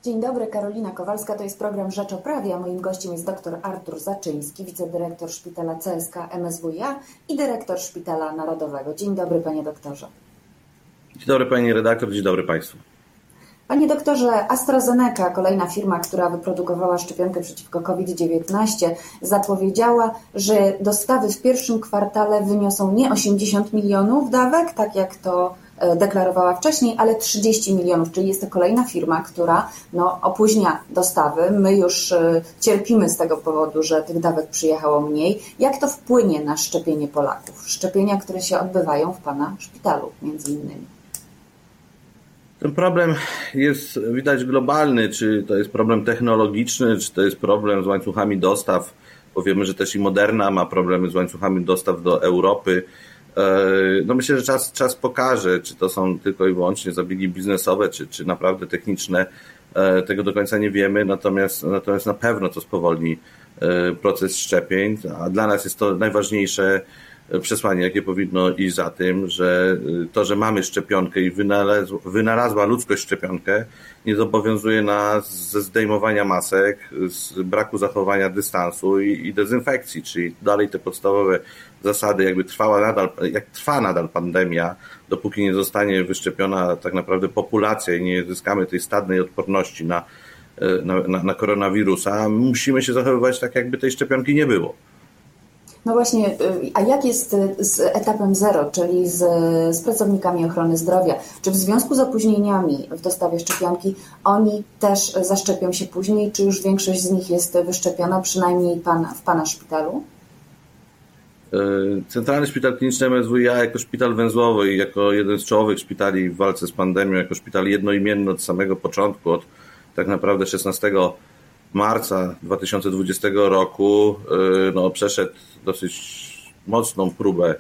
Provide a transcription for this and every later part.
Dzień dobry, Karolina Kowalska, to jest program Rzecz o Prawie, a moim gościem jest dr Artur Zaczyński, wicedyrektor szpitala CSK MSWiA i dyrektor Szpitala Narodowego. Dzień dobry, panie doktorze. Dzień dobry, pani redaktor, dzień dobry państwu. Panie doktorze, AstraZeneca, kolejna firma, która wyprodukowała szczepionkę przeciwko COVID-19, zapowiedziała, że dostawy w pierwszym kwartale wyniosą nie 80 milionów dawek, tak jak to deklarowała wcześniej, ale 30 milionów, czyli jest to kolejna firma, która opóźnia dostawy. My już cierpimy z tego powodu, że tych dawek przyjechało mniej. Jak to wpłynie na szczepienie Polaków? Szczepienia, które się odbywają w pana szpitalu między innymi. Ten problem jest widać globalny, czy to jest problem technologiczny, czy to jest problem z łańcuchami dostaw, bo wiemy, że też i Moderna ma problemy z łańcuchami dostaw do Europy. Myślę, że czas pokaże, czy to są tylko i wyłącznie zabiegi biznesowe, czy naprawdę techniczne. Tego do końca nie wiemy, natomiast na pewno to spowolni proces szczepień, a dla nas jest to najważniejsze przesłanie, jakie powinno iść za tym, że to, że mamy szczepionkę i wynalazła ludzkość szczepionkę, nie zobowiązuje nas ze zdejmowania masek, z braku zachowania dystansu i dezynfekcji, czyli dalej te podstawowe zasady, jak trwa nadal pandemia, dopóki nie zostanie wyszczepiona tak naprawdę populacja i nie zyskamy tej stadnej odporności na koronawirusa, musimy się zachowywać tak, jakby tej szczepionki nie było. No właśnie, a jak jest z etapem 0, czyli z pracownikami ochrony zdrowia? Czy w związku z opóźnieniami w dostawie szczepionki oni też zaszczepią się później, czy już większość z nich jest wyszczepiona, przynajmniej w pana szpitalu? Centralny Szpital Kliniczny MSWiA jako szpital węzłowy i jako jeden z czołowych szpitali w walce z pandemią, jako szpital jednoimienny od samego początku, od tak naprawdę 16 marca 2020 roku przeszedł dosyć mocną próbę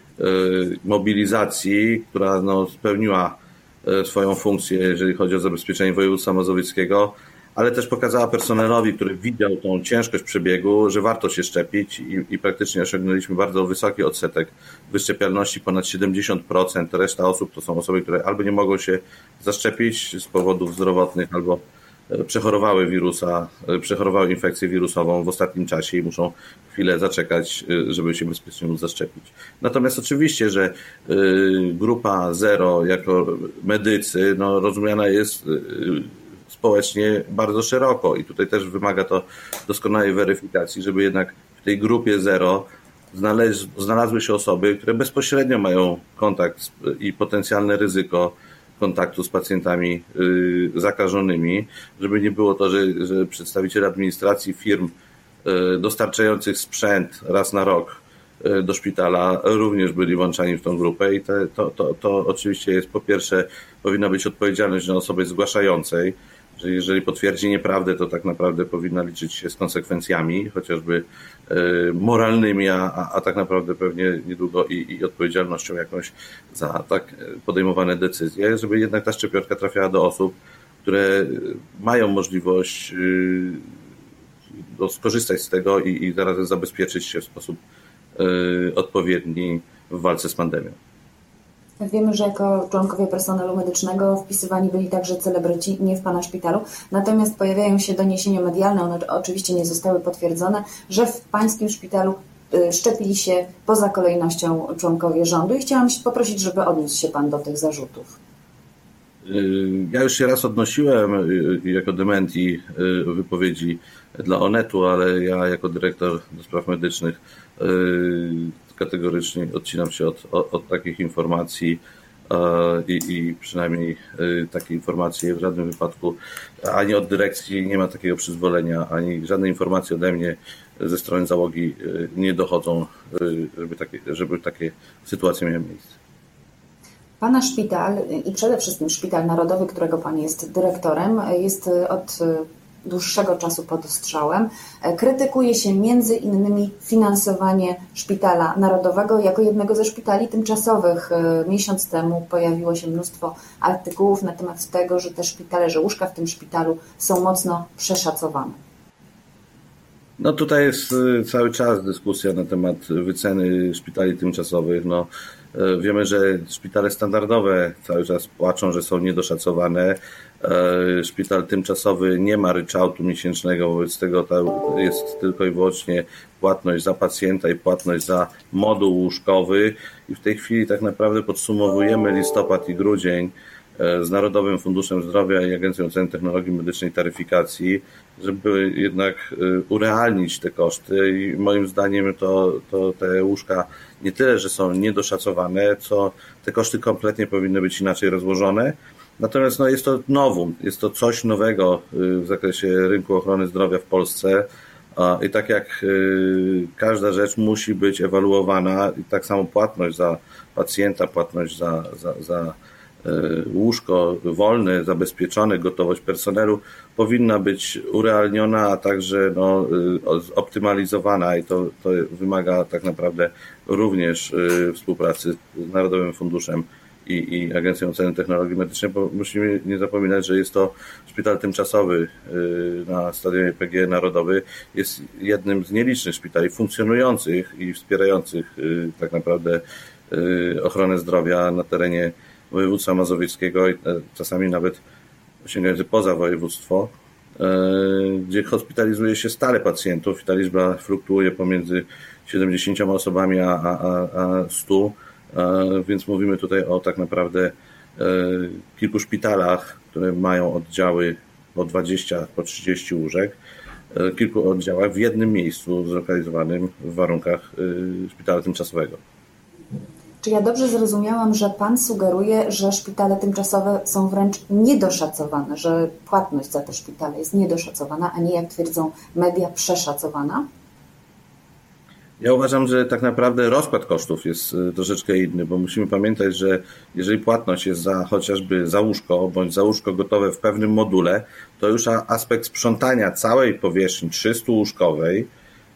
mobilizacji, która spełniła swoją funkcję, jeżeli chodzi o zabezpieczenie województwa mazowieckiego, ale też pokazała personelowi, który widział tą ciężkość przebiegu, że warto się szczepić i praktycznie osiągnęliśmy bardzo wysoki odsetek wyszczepialności, ponad 70%. Reszta osób to są osoby, które albo nie mogą się zaszczepić z powodów zdrowotnych, albo przechorowały infekcję wirusową w ostatnim czasie i muszą chwilę zaczekać, żeby się bezpiecznie móc zaszczepić. Natomiast oczywiście, że grupa 0 jako medycy rozumiana jest społecznie bardzo szeroko i tutaj też wymaga to doskonałej weryfikacji, żeby jednak w tej grupie 0 znalazły się osoby, które bezpośrednio mają kontakt i potencjalne ryzyko kontaktu z pacjentami zakażonymi, żeby nie było to, że przedstawiciele administracji firm dostarczających sprzęt raz na rok do szpitala również byli włączani w tą grupę i to oczywiście jest, po pierwsze, powinna być odpowiedzialność na osoby zgłaszającej, że jeżeli potwierdzi nieprawdę, to tak naprawdę powinna liczyć się z konsekwencjami, chociażby moralnymi, a tak naprawdę pewnie niedługo i odpowiedzialnością jakąś za tak podejmowane decyzje, żeby jednak ta szczepionka trafiała do osób, które mają możliwość skorzystać z tego i zarazem zabezpieczyć się w sposób odpowiedni w walce z pandemią. Wiemy, że jako członkowie personelu medycznego wpisywani byli także celebryci, nie w pana szpitalu. Natomiast pojawiają się doniesienia medialne, one oczywiście nie zostały potwierdzone, że w pańskim szpitalu szczepili się poza kolejnością członkowie rządu i chciałam poprosić, żeby odniósł się pan do tych zarzutów. Ja już się raz odnosiłem jako dementi wypowiedzi dla Onetu, ale ja jako dyrektor do spraw medycznych kategorycznie odcinam się od takich informacji i przynajmniej takie informacje w żadnym wypadku ani od dyrekcji nie ma takiego przyzwolenia, ani żadne informacje ode mnie ze strony załogi nie dochodzą, żeby takie sytuacje miały miejsce. Pana szpital i przede wszystkim Szpital Narodowy, którego pan jest dyrektorem, jest od dłuższego czasu pod ostrzałem. Krytykuje się między innymi finansowanie Szpitala Narodowego jako jednego ze szpitali tymczasowych. Miesiąc temu pojawiło się mnóstwo artykułów na temat tego, że te szpitale, że łóżka w tym szpitalu są mocno przeszacowane. Tutaj jest cały czas dyskusja na temat wyceny szpitali tymczasowych. Wiemy, że szpitale standardowe cały czas płaczą, że są niedoszacowane. Szpital tymczasowy nie ma ryczałtu miesięcznego, wobec tego jest tylko i wyłącznie płatność za pacjenta i płatność za moduł łóżkowy. I w tej chwili tak naprawdę podsumowujemy listopad i grudzień z Narodowym Funduszem Zdrowia i Agencją Oceny Technologii Medycznej i Taryfikacji, żeby jednak urealnić te koszty i moim zdaniem to te łóżka nie tyle, że są niedoszacowane, co te koszty kompletnie powinny być inaczej rozłożone. Natomiast jest to novum, jest to coś nowego w zakresie rynku ochrony zdrowia w Polsce i tak jak każda rzecz musi być ewaluowana, i tak samo płatność za pacjenta, płatność za łóżko wolne, zabezpieczone, gotowość personelu powinna być urealniona, a także zoptymalizowana i to wymaga tak naprawdę również współpracy z Narodowym Funduszem i Agencją Oceny Technologii Medycznej, bo musimy nie zapominać, że jest to szpital tymczasowy na stadionie PGE Narodowy, jest jednym z nielicznych szpitali funkcjonujących i wspierających tak naprawdę ochronę zdrowia na terenie województwa mazowieckiego i czasami nawet sięgający poza województwo, gdzie hospitalizuje się stale pacjentów i ta liczba fluktuuje pomiędzy 70 osobami a 100, więc mówimy tutaj o tak naprawdę kilku szpitalach, które mają oddziały po 20, po 30 łóżek, kilku oddziałach w jednym miejscu zlokalizowanym w warunkach szpitala tymczasowego. Czy ja dobrze zrozumiałam, że Pan sugeruje, że szpitale tymczasowe są wręcz niedoszacowane, że płatność za te szpitale jest niedoszacowana, a nie, jak twierdzą media, przeszacowana? Ja uważam, że tak naprawdę rozkład kosztów jest troszeczkę inny, bo musimy pamiętać, że jeżeli płatność jest chociażby za łóżko, bądź za łóżko gotowe w pewnym module, to już aspekt sprzątania całej powierzchni 300-łóżkowej,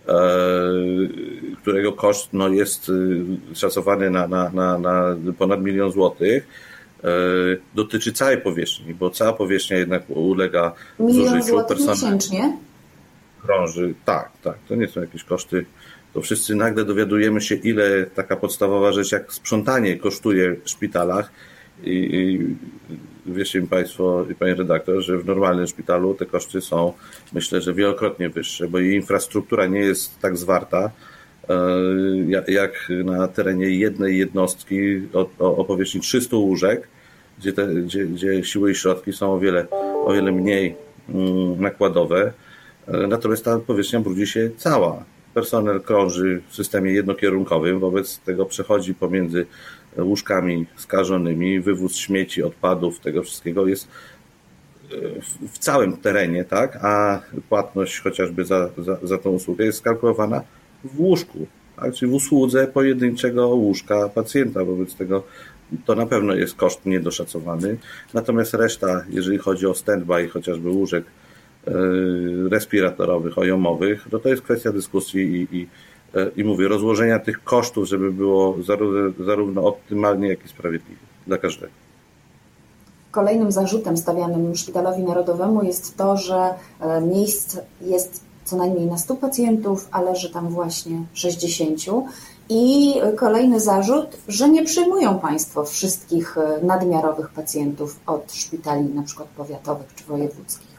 którego koszt jest szacowany na ponad 1 000 000 złotych, dotyczy całej powierzchni, bo cała powierzchnia jednak ulega zużyciu. 1 000 000 złotych miesięcznie? Krąży. Tak. To nie są jakieś koszty. To wszyscy nagle dowiadujemy się, ile taka podstawowa rzecz jak sprzątanie kosztuje w szpitalach i wierzcie mi Państwo i Panie redaktor, że w normalnym szpitalu te koszty są, myślę, że wielokrotnie wyższe, bo jej infrastruktura nie jest tak zwarta jak na terenie jednej jednostki o powierzchni 300 łóżek, gdzie siły i środki są o wiele mniej nakładowe, natomiast ta powierzchnia brudzi się cała. Personel krąży w systemie jednokierunkowym, wobec tego przechodzi pomiędzy łóżkami skażonymi, wywóz śmieci, odpadów, tego wszystkiego jest w całym terenie, tak? A płatność chociażby za tą usługę jest skalkulowana w łóżku, tak? Czyli w usłudze pojedynczego łóżka pacjenta, wobec tego to na pewno jest koszt niedoszacowany. Natomiast reszta, jeżeli chodzi o stand-by chociażby łóżek respiratorowych, OJOM-owych, to jest kwestia dyskusji i mówię, rozłożenia tych kosztów, żeby było zarówno optymalnie, jak i sprawiedliwie dla każdego. Kolejnym zarzutem stawianym Szpitalowi Narodowemu jest to, że miejsc jest co najmniej na 100 pacjentów, a leży tam właśnie 60. I kolejny zarzut, że nie przyjmują Państwo wszystkich nadmiarowych pacjentów od szpitali na przykład powiatowych czy wojewódzkich.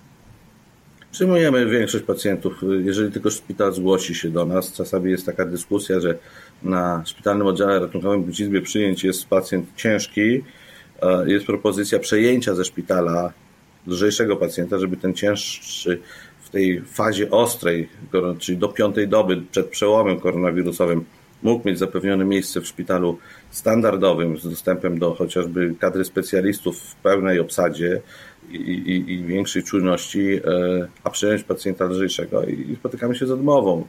Przyjmujemy większość pacjentów, jeżeli tylko szpital zgłosi się do nas. Czasami jest taka dyskusja, że na szpitalnym oddziale ratunkowym w izbie przyjęć jest pacjent ciężki. Jest propozycja przejęcia ze szpitala lżejszego pacjenta, żeby ten cięższy w tej fazie ostrej, czyli do 5. doby przed przełomem koronawirusowym, mógł mieć zapewnione miejsce w szpitalu standardowym z dostępem do chociażby kadry specjalistów w pełnej obsadzie i większej czujności, a przejąć pacjenta lżejszego i spotykamy się z odmową.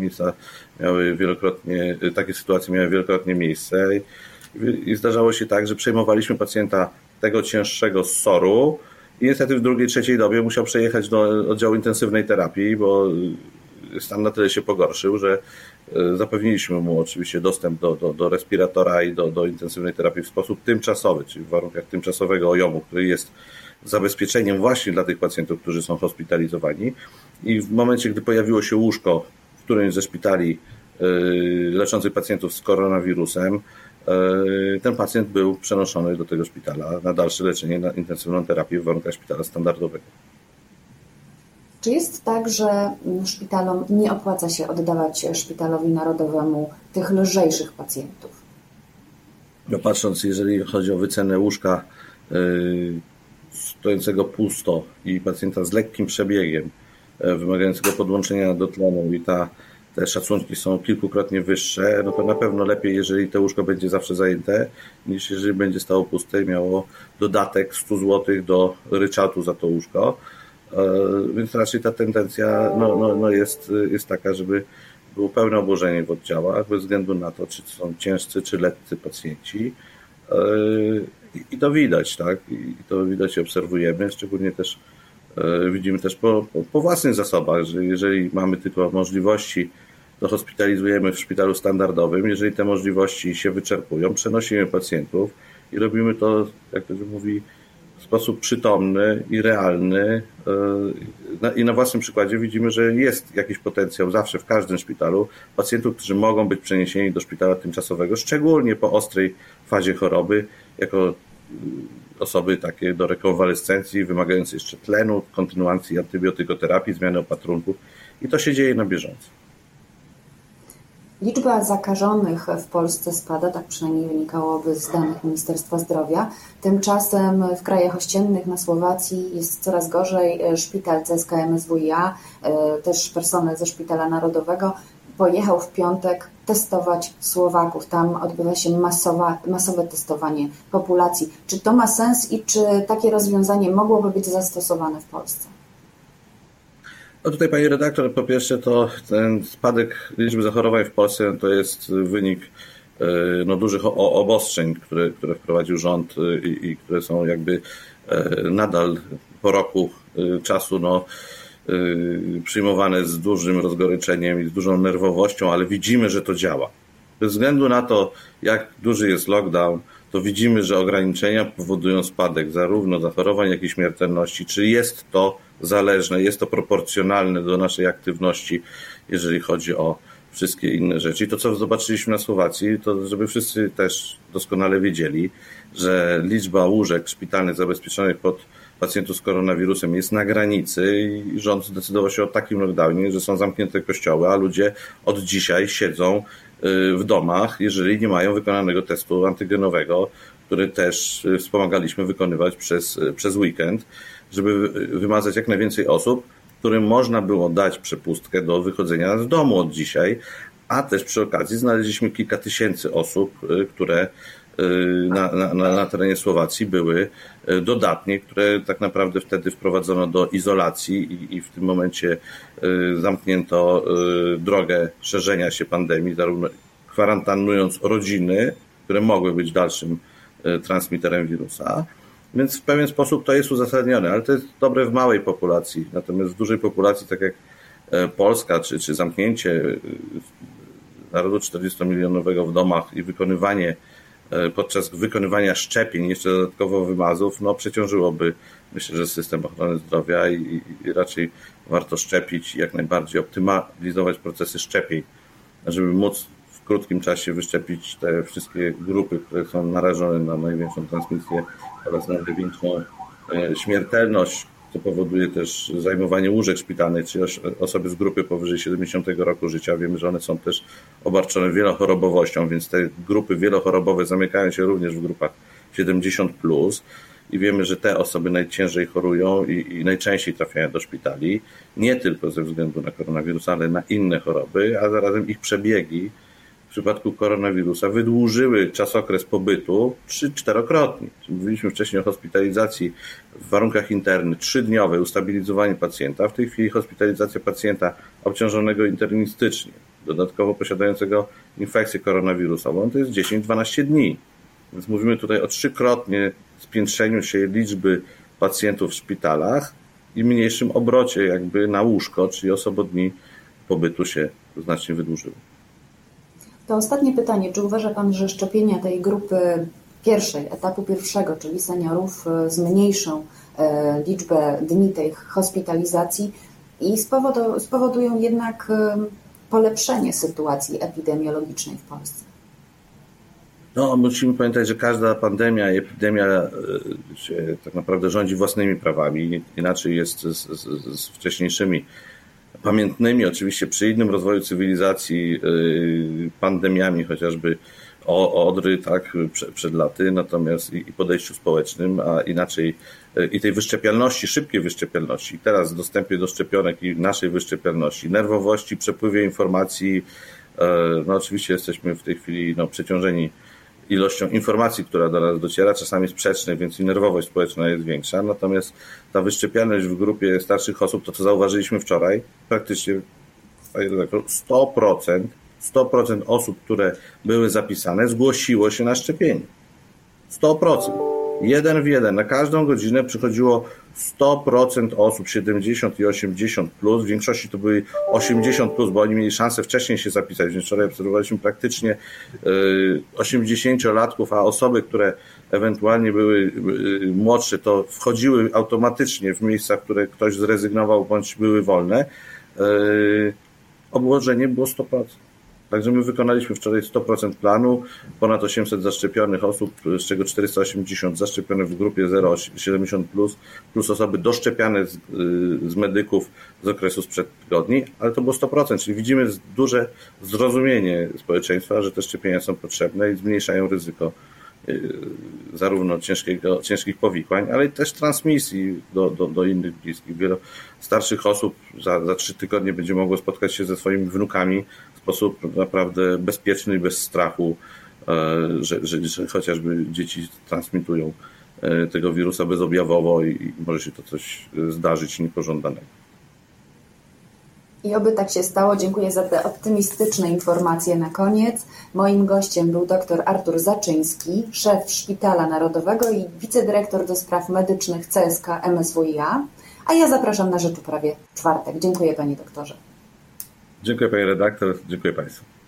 Takie sytuacje miały wielokrotnie miejsce i zdarzało się tak, że przejmowaliśmy pacjenta tego cięższego z SOR-u i niestety w 2., 3. dobie musiał przejechać do oddziału intensywnej terapii, bo stan na tyle się pogorszył, że zapewniliśmy mu oczywiście dostęp do respiratora i do intensywnej terapii w sposób tymczasowy, czyli w warunkach tymczasowego OJOM-u, który jest zabezpieczeniem właśnie dla tych pacjentów, którzy są hospitalizowani. I w momencie, gdy pojawiło się łóżko w którymś ze szpitali leczących pacjentów z koronawirusem, ten pacjent był przenoszony do tego szpitala na dalsze leczenie, na intensywną terapię w warunkach szpitala standardowego. Czy jest tak, że szpitalom nie opłaca się oddawać Szpitalowi Narodowemu tych lżejszych pacjentów? No patrząc, jeżeli chodzi o wycenę łóżka stojącego pusto i pacjenta z lekkim przebiegiem, wymagającego podłączenia do tlenu i te szacunki są kilkukrotnie wyższe, no to na pewno lepiej, jeżeli to łóżko będzie zawsze zajęte, niż jeżeli będzie stało puste i miało dodatek 100 zł do ryczałtu za to łóżko. Więc raczej ta tendencja jest taka, żeby było pełne obłożenie w oddziałach, bez względu na to, czy są ciężcy, czy letcy pacjenci. I to widać, tak? I to widać i obserwujemy, szczególnie też widzimy też po własnych zasobach, że jeżeli mamy tylko możliwości, to hospitalizujemy w szpitalu standardowym. Jeżeli te możliwości się wyczerpują, przenosimy pacjentów i robimy to, jak to się mówi, w sposób przytomny i realny. I na własnym przykładzie widzimy, że jest jakiś potencjał zawsze w każdym szpitalu pacjentów, którzy mogą być przeniesieni do szpitala tymczasowego, szczególnie po ostrej fazie choroby, jako osoby takie do rekonwalescencji, wymagające jeszcze tlenu, kontynuacji antybiotykoterapii, zmiany opatrunków i to się dzieje na bieżąco. Liczba zakażonych w Polsce spada, tak przynajmniej wynikałoby z danych Ministerstwa Zdrowia. Tymczasem w krajach ościennych, na Słowacji jest coraz gorzej. Szpital CSK MSWiA, też personel ze Szpitala Narodowego pojechał w piątek testować Słowaków. Tam odbywa się masowe testowanie populacji. Czy to ma sens i czy takie rozwiązanie mogłoby być zastosowane w Polsce? No tutaj, pani redaktor, po pierwsze to ten spadek liczby zachorowań w Polsce to jest wynik dużych obostrzeń, które wprowadził rząd i które są jakby nadal po roku czasu przyjmowane z dużym rozgoryczeniem i z dużą nerwowością, ale widzimy, że to działa. Bez względu na to, jak duży jest lockdown, to widzimy, że ograniczenia powodują spadek zarówno zachorowań, jak i śmiertelności. Czy jest to zależne, jest to proporcjonalne do naszej aktywności, jeżeli chodzi o wszystkie inne rzeczy. I to, co zobaczyliśmy na Słowacji, to żeby wszyscy też doskonale wiedzieli, że liczba łóżek szpitalnych zabezpieczonych pod pacjentów z koronawirusem jest na granicy i rząd zdecydował się o takim lockdownie, że są zamknięte kościoły, a ludzie od dzisiaj siedzą w domach, jeżeli nie mają wykonanego testu antygenowego, który też wspomagaliśmy wykonywać przez weekend, żeby wymazać jak najwięcej osób, którym można było dać przepustkę do wychodzenia z domu od dzisiaj, a też przy okazji znaleźliśmy kilka tysięcy osób, które na terenie Słowacji były dodatnie, które tak naprawdę wtedy wprowadzono do izolacji i w tym momencie zamknięto drogę szerzenia się pandemii, zarówno kwarantannując rodziny, które mogły być dalszym transmiterem wirusa. Więc w pewien sposób to jest uzasadnione, ale to jest dobre w małej populacji. Natomiast w dużej populacji, tak jak Polska, czy zamknięcie narodu 40-milionowego w domach i podczas wykonywania szczepień jeszcze dodatkowo wymazów, przeciążyłoby, myślę, że system ochrony zdrowia i raczej warto szczepić i jak najbardziej optymalizować procesy szczepień, żeby móc w krótkim czasie wyszczepić te wszystkie grupy, które są narażone na największą transmisję oraz na największą śmiertelność, co powoduje też zajmowanie łóżek szpitalnych, czyli osoby z grupy powyżej 70 roku życia. Wiemy, że one są też obarczone wielochorobowością, więc te grupy wielochorobowe zamykają się również w grupach 70+. I wiemy, że te osoby najciężej chorują i najczęściej trafiają do szpitali, nie tylko ze względu na koronawirusa, ale na inne choroby, a zarazem ich przebiegi w przypadku koronawirusa wydłużyły czasokres pobytu 3-4-krotnie. Mówiliśmy wcześniej o hospitalizacji w warunkach internych, 3-dniowe ustabilizowanie pacjenta. W tej chwili hospitalizacja pacjenta obciążonego internistycznie, dodatkowo posiadającego infekcję koronawirusową, to jest 10-12 dni. Więc mówimy tutaj o 3-krotnie spiętrzeniu się liczby pacjentów w szpitalach i mniejszym obrocie jakby na łóżko, czyli osobodni pobytu się znacznie wydłużyły. To ostatnie pytanie. Czy uważa Pan, że szczepienia tej grupy etapu pierwszego, czyli seniorów, zmniejszą liczbę dni tej hospitalizacji i spowodują jednak polepszenie sytuacji epidemiologicznej w Polsce? No, musimy pamiętać, że każda pandemia i epidemia się tak naprawdę rządzi własnymi prawami. Inaczej jest z wcześniejszymi pamiętnymi, oczywiście przy innym rozwoju cywilizacji, pandemiami, chociażby odry, tak, przed laty, natomiast i podejściu społecznym, a inaczej i tej wyszczepialności, szybkiej wyszczepialności, teraz dostępie do szczepionek i naszej wyszczepialności, nerwowości, przepływie informacji. No oczywiście jesteśmy w tej chwili przeciążeni ilością informacji, która do nas dociera, czasami sprzecznych, więc i nerwowość społeczna jest większa. Natomiast ta wyszczepialność w grupie starszych osób, to co zauważyliśmy wczoraj, praktycznie 100% osób, które były zapisane, zgłosiło się na szczepienie. 100%. 1 w 1. Na każdą godzinę przychodziło 100% osób 70 i 80 plus. W większości to były 80 plus, bo oni mieli szansę wcześniej się zapisać. Więc wczoraj obserwowaliśmy praktycznie 80-latków, a osoby, które ewentualnie były młodsze, to wchodziły automatycznie w miejsca, w które ktoś zrezygnował bądź były wolne. Obłożenie było 100%. Także my wykonaliśmy wczoraj 100% planu, ponad 800 zaszczepionych osób, z czego 480 zaszczepionych w grupie 0,70+, plus osoby doszczepiane z medyków z okresu sprzed tygodni, ale to było 100%, czyli widzimy duże zrozumienie społeczeństwa, że te szczepienia są potrzebne i zmniejszają ryzyko zarówno ciężkich powikłań, ale też transmisji do innych bliskich. Wiele starszych osób za 3 tygodnie będzie mogło spotkać się ze swoimi wnukami w sposób naprawdę bezpieczny i bez strachu, że chociażby dzieci transmitują tego wirusa bezobjawowo i może się to coś zdarzyć niepożądanego. I oby tak się stało. Dziękuję za te optymistyczne informacje na koniec. Moim gościem był dr Artur Zaczyński, szef Szpitala Narodowego i wicedyrektor do spraw medycznych CSK MSWiA. A ja zapraszam na Rzeczoprawie w czwartek. Dziękuję panie doktorze. Dziękuję panie redaktor, dziękuję państwu.